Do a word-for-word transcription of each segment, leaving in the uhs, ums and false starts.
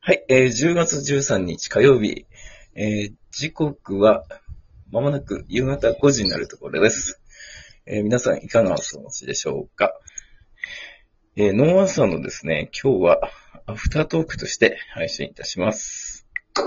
はい、えー、じゅうがつじゅうさんにち火曜日、えー、時刻はまもなく夕方ごじになるところです。えー、皆さんいかがお過ごしでしょうか。えー、ノーアンサーのですね、今日はアフタートークとして配信いたします。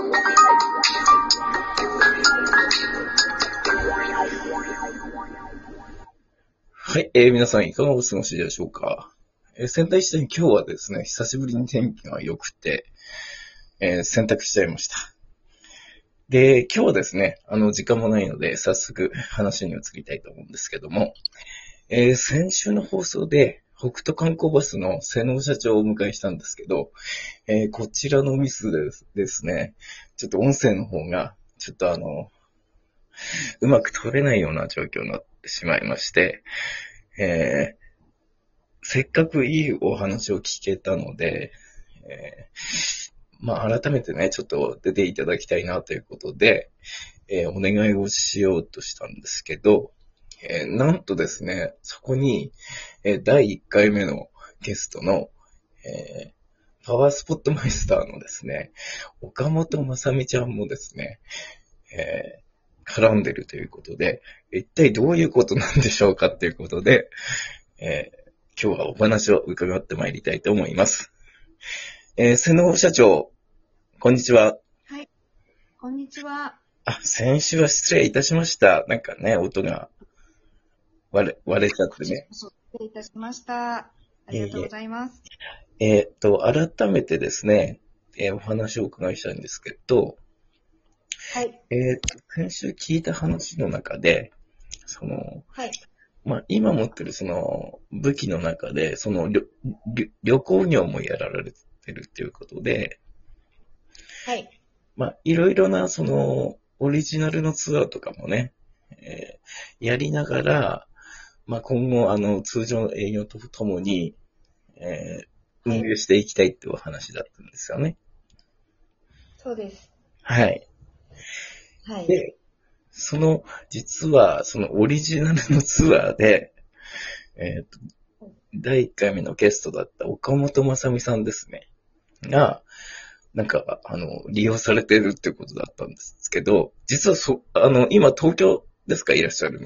はい、えー、皆さんいかがお過ごしでしょうか。えー、仙台市で今日はですね、久しぶりに天気が良くて、えー、洗濯しちゃいました。で、今日はですね、あの、時間もないので、早速話に移りたいと思うんですけども、えー、先週の放送で、北斗観光バスの瀬能社長をお迎えしたんですけど、えー、こちらのミスですですね、ちょっと音声の方が、ちょっとあの、うまく取れないような状況になってしまいまして、えー、せっかくいいお話を聞けたので、えーまあ、改めてね、ちょっと出ていただきたいなということで、えー、お願いをしようとしたんですけど、えー、なんとですね、そこに、えー、だいいっかいめのゲストの、えー、パワースポットマイスターのですね、岡本まさみちゃんもですね、えー、絡んでるということで、一体どういうことなんでしょうかということで、えー、今日はお話を伺ってまいりたいと思います。えー、瀬能社長、こんにちは。 はい、こんにちは。 あ、先週は失礼いたしました。なんかね、音が割れ、割れちゃってね。 失礼いたしました。ありがとうございます。 えー、っと、改めてですね、えー、お話をお伺いしたいんですけど、 はい。 えー、っと、先週聞いた話の中で、その、 はい。 まあ、今持ってるその武器の中で、その旅、旅、旅行業もやられてるっていうことで、 はい。 まあ、いろいろなその、オリジナルのツアーとかもね、えー、やりながら、まあ、今後、あの、通常の営業とともに、えー、運営していきたいっていうお話だったんですよね。 そうです。 はい。 はい。 で、その、実は、そのオリジナルのツアーで、えっと、だいいっかいめのゲストだった岡本まさみさんですね。が、なんか、あの、利用されてるってことだったんですけど、実はそ、あの、今東京ですか、いらっしゃるの。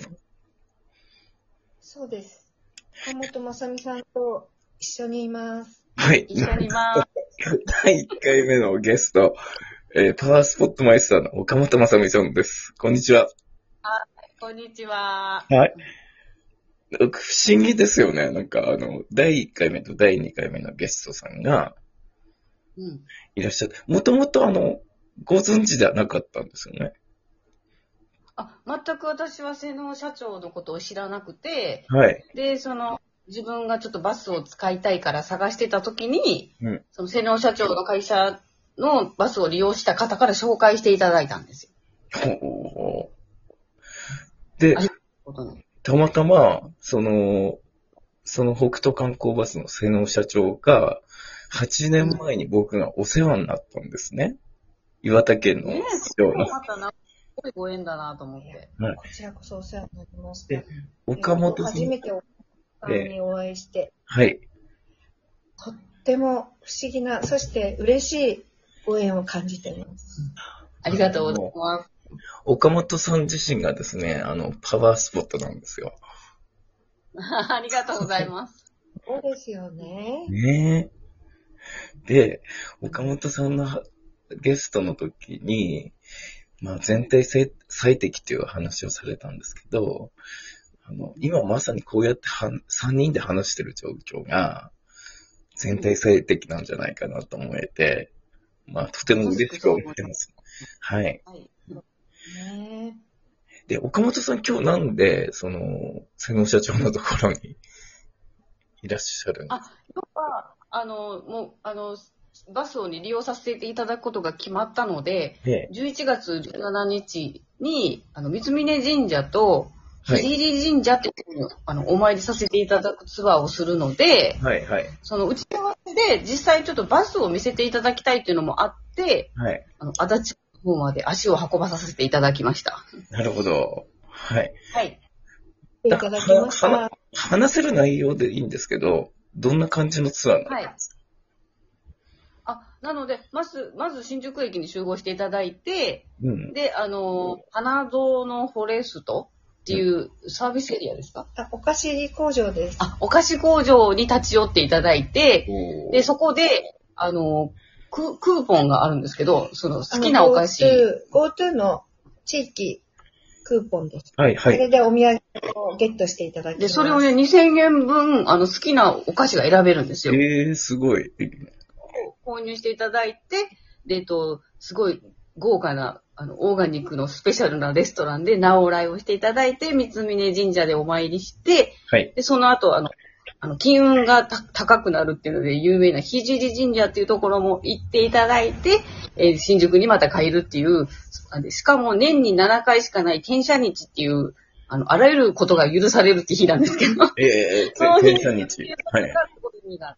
そうです。岡本まさみさんと一緒にいます。 はい。 一緒にいます。 だいいっかいめのゲスト、えー、パワースポットマイスターの岡本まさみさんです。こんにちは。 あ、こんにちは。 はい。不思議ですよね。なんか、あの、だいいっかいめとだいにかいめのゲストさんがいらっしゃる。もともとあの、ご存知ではなかったんですよね。 あ、全く私は瀬能社長のことを知らなくて、 はい。 で、その、自分がちょっとバスを使いたいから探してた時に、 うん。 その瀬能社長の会社のバスを利用した方から紹介していただいたんですよ。 ほう。で、 ありがとうね。 たまたま、その、その北斗観光バスの瀬能社長が、はちねんまえに僕がお世話になったんですね。岩手県のねえ、 市長の。 またな、すごいご縁だなと思って。 はい。 こちらこそお世話になりました。 で、岡本さん。 初めておさんにお会いして、 はい。 とっても不思議な、そして嬉しいご縁を感じています。 ありがとうございます。 岡本さん自身がですね、あの、パワースポットなんですよ。 ありがとうございます。 そうですよね。 ねえ。で、岡本さんのゲストの時に、まあ、全体最適っていう話をされたんですけど、あの、今まさにこうやってはさんにんで話してる状況が、全体最適なんじゃないかなと思えて、まあ、とても嬉しく思ってます。はい。 はい。 ねで、岡本さん今日なんで、その、瀬能社長のところにいらっしゃるんですか？ あ、要は、あの、もう、あの、バスを利用させていただくことが決まったので、 ええ、 じゅういちがつじゅうしちにちに、あの、三峯神社と、 はいひじり神社っていうのを、あの、お参りさせていただくツアーをするので、 はい、はい。 その打ち合わせで実際ちょっとバスを見せていただきたいっていうのもあって、 はい。 あの、足立の方まで足を運ばさせていただきました。 なるほど。はい。 はい。 いただきましはた。 話せる内容でいいんですけど、どんな感じのツアーなんですか？ はい。 あ、なので、まず、まず新宿駅に集合していただいて、 うん。 で、あの、花堂のフォレストっていうサービスエリアですか？ あ、お菓子工場です。 あ、お菓子工場に立ち寄っていただいて、 おーで、そこで、あの、ク、クーポンがあるんですけど、その好きなお菓子。 GoTo、GoTo の地域クーポンです。 はいはい。 それでお土産をゲットしていただきます。 で、それをね、にせんえんぶん、あの、好きなお菓子が選べるんですよ。 えー、すごい。 購入していただいて、で、えっと、すごい豪華な、あの、オーガニックのスペシャルなレストランで名を来をしていただいて、三峯神社でお参りして、 はい。 で、その後、あの、あの、金運がた高くなるっていうので有名な聖神社っていうところも行っていただいて、えー新宿にまた帰るっていう、あでしかも年にななかいしかない転写日っていう、あの、あらゆることが許されるって日なんですけど、 えー、 その日天赦日。はい。 が意があって、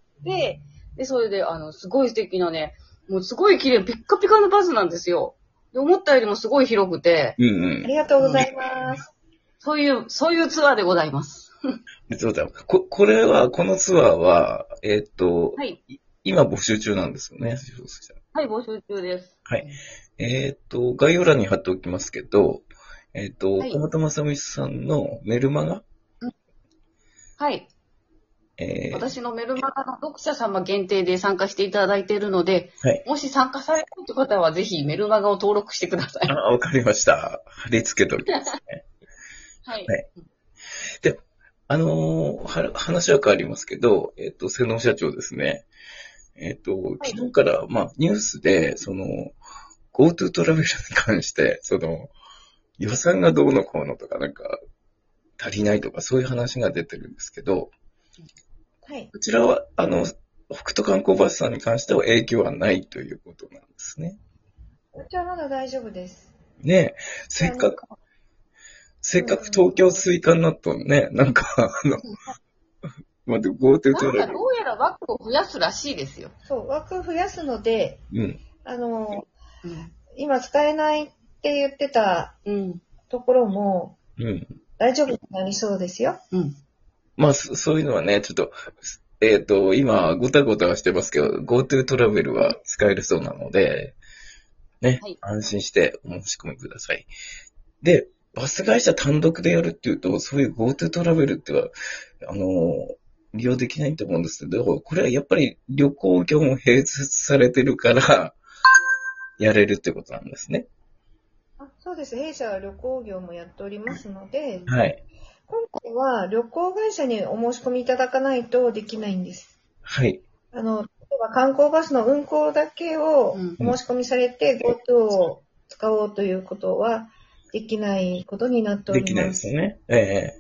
で、それで、あの、すごい素敵なね、もうすごい綺麗、ピッカピカのバスなんですよ。で思ったよりもすごい広くて、 うんうん。 ありがとうございます。 そういう、そういうツアーでございます。 そうだ。こ、これは、このツアーは、えーっと、 はい。 今募集中なんですよね。そうしたらはい、募集中です。 はい。えーっと、概要欄に貼っておきますけど、えーっと、 はい岡本正美さんのメルマガ、 はい。 えー、 私のメルマガの読者様限定で参加していただいているので、 はい。 もし参加されたいという方はぜひメルマガを登録してください。 あ、わかりました。貼り付けておきますね。 はい。 はいで、あのーは、話は変わりますけど、えーっと、瀬能社長ですね。えーっと、昨日から、まあ、ニュースで、その、GoTo トラベルに関して、その、予算がどうのこうのとか、なんか、足りないとか、そういう話が出てるんですけど、 はい。 こちらは、あの、北斗観光バスさんに関しては影響はないということなんですね。 こちらまだ大丈夫です。 ねえ、せっかく、せっかく東京スイカになったのね、なんか、あの、まあ、GoTo なんかトラベル。 どうやら枠を増やすらしいですよ。 そう、枠増やすので、 うん。 あの、 うん。 今使えないって言ってたうん。 ところもうん。 大丈夫になりそうですよ。 うん。 まあ、そそういうのはね、ちょっと、えっ、と、今、ごたごたはしてますけど、GoTo トラベルは使えるそうなので、ね、 はい安心してお申し込みください。で、バス会社単独でやるっていうと、そういう GoTo トラベルっては、あの、利用できないと思うんですけど、これはやっぱり旅行業も併設されてるから、やれるってことなんですね。 あ、そうです。弊社は旅行業もやっておりますので、 はい。 今回は旅行会社にお申し込みいただかないとできないんです。 はい。 あの、例えば観光バスの運行だけをお申し込みされて GoTo を使おうということはできないことになっております。 できないですよね。ええ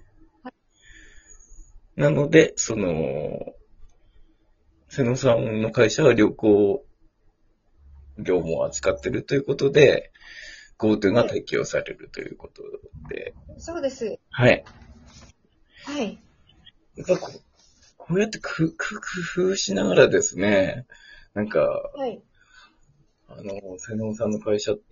なので、その、瀬野さんの会社は旅行業務を扱っているということで、GoTo が適用されるということで、 そうです。 はい。 はい。 なんかこうこうやってくく工夫しながらですね、なんか、 はい。 あの、瀬能さんの会社って、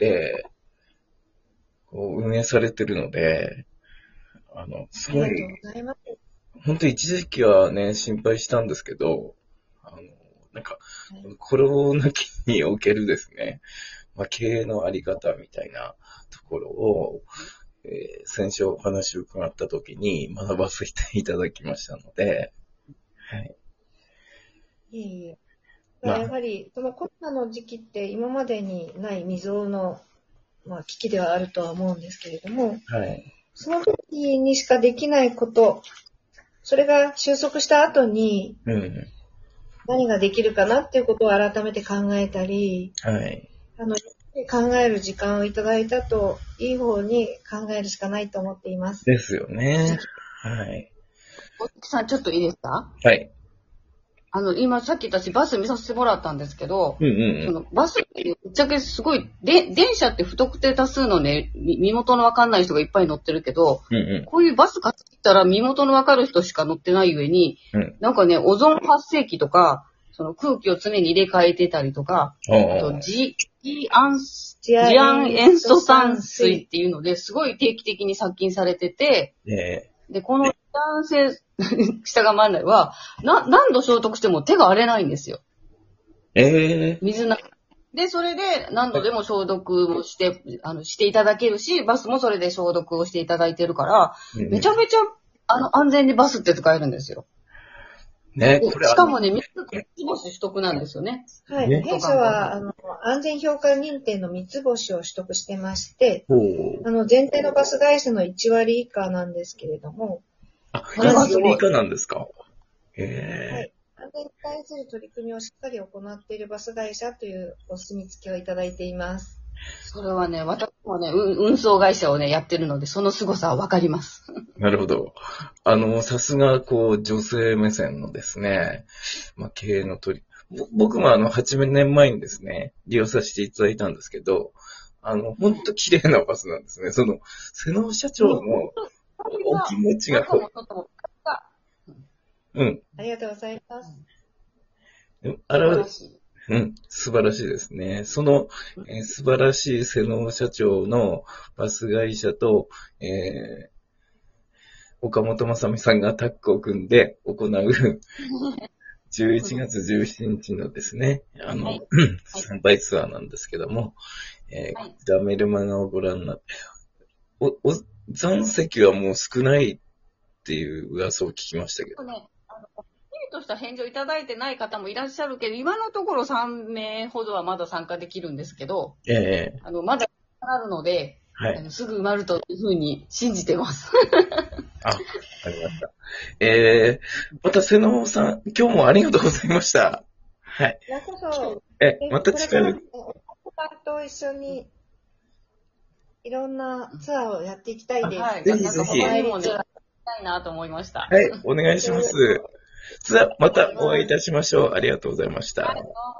こう運営されてるので、あの、すごいありがとうございます。 本当一時期はね、心配したんですけど、あの、なんか、コロナ期におけるですね、まあ、経営のあり方みたいなところを、えー先週お話を伺ったときに学ばせていただきましたので、はい。 いえいえ。 まあやはり、そのコロナの時期って今までにない未曾有の、まあ、危機ではあるとは思うんですけれども、 はい。 その時にしかできないこと、それが収束した後にうん。 何ができるかなっていうことを改めて考えたり、 はい。 あの、考える時間をいただいたと、いい方に考えるしかないと思っています。 ですよね。はい。 お月さん、ちょっといいですか？ はい。 あの、今、さっき私バス見させてもらったんですけど、 うんうんそのバスってぶっちゃけすごい、で、電車って不特定多数のね、み身元のわかんない人がいっぱい乗ってるけど、 うん。うんこういうバス買ってきたら身元のわかる人しか乗ってない上に、 うんなんかね、オゾン発生器とか、その空気を常に入れ替えてたりとか、 うん。 あと、 おージ、ジアンス、 ジジアン塩素酸水っていうのですごい定期的に殺菌されてて、 えで、この男性、下がまんないは、な、何度消毒しても手が荒れないんですよ。 ええ水なで、それで何度でも消毒もして、あの、していただけるし、バスもそれで消毒をしていただいてるから、 うんめちゃめちゃ、あの、安全にバスって使えるんですよ。 ね、 でこれしかもね、三つ星取得なんですよね。 はい。 ね弊社は、あの、安全評価認定の三つ星を取得してまして、 ほう。 あの、全体のバス会社のいち割以下なんですけれども、 あ、 これはすごいいち割以下なんですか。 はえい。安全に対する取り組みをしっかり行っているバス会社というお墨付きをいただいています。 それはね、私もね、運運送会社をね、やってるので、その凄さはわかります。 えなるほど。あの、さすが、こう、女性目線のですね、まあ、経営の取り、ぼ僕もあの、はちねんまえにですね、利用させていただいたんですけど、あの、ほんと綺麗なバスなんですね。その、瀬能社長のお気持ちがこなんかもうちょっとう、うん。 ありがとうございます。 あら素晴ら、しい。 うん、素晴らしいですね。その、えー素晴らしい瀬能社長のバス会社と、えー岡本正美さんがタッグを組んで行うじゅういちがつじゅうしちにちのですね、あの、 はい参拝ツアーなんですけども、えーはいダメルマガをご覧になって、お、お、残席はもう少ないっていう噂を聞きましたけど。 ね、あの、はっきりとした返事をいただいてない方もいらっしゃるけど、今のところさんめいほどはまだ参加できるんですけど、 ええあの、まだあるので、 はい。 あのすぐ埋まるというふうに信じてます。 あ、ありました。えー、また瀬能さん、今日もありがとうございました。はい。 こちらこそ、 え、 えまたこれから近い、 お子さんと一緒にいろんなツアーをやっていきたいです。 はい。 ぜひなんかぜひ他にもね、やりたいなと思いました。 はい、お願いします。じゃあ、またお会いいたしましょう。ありがとうございました。 はい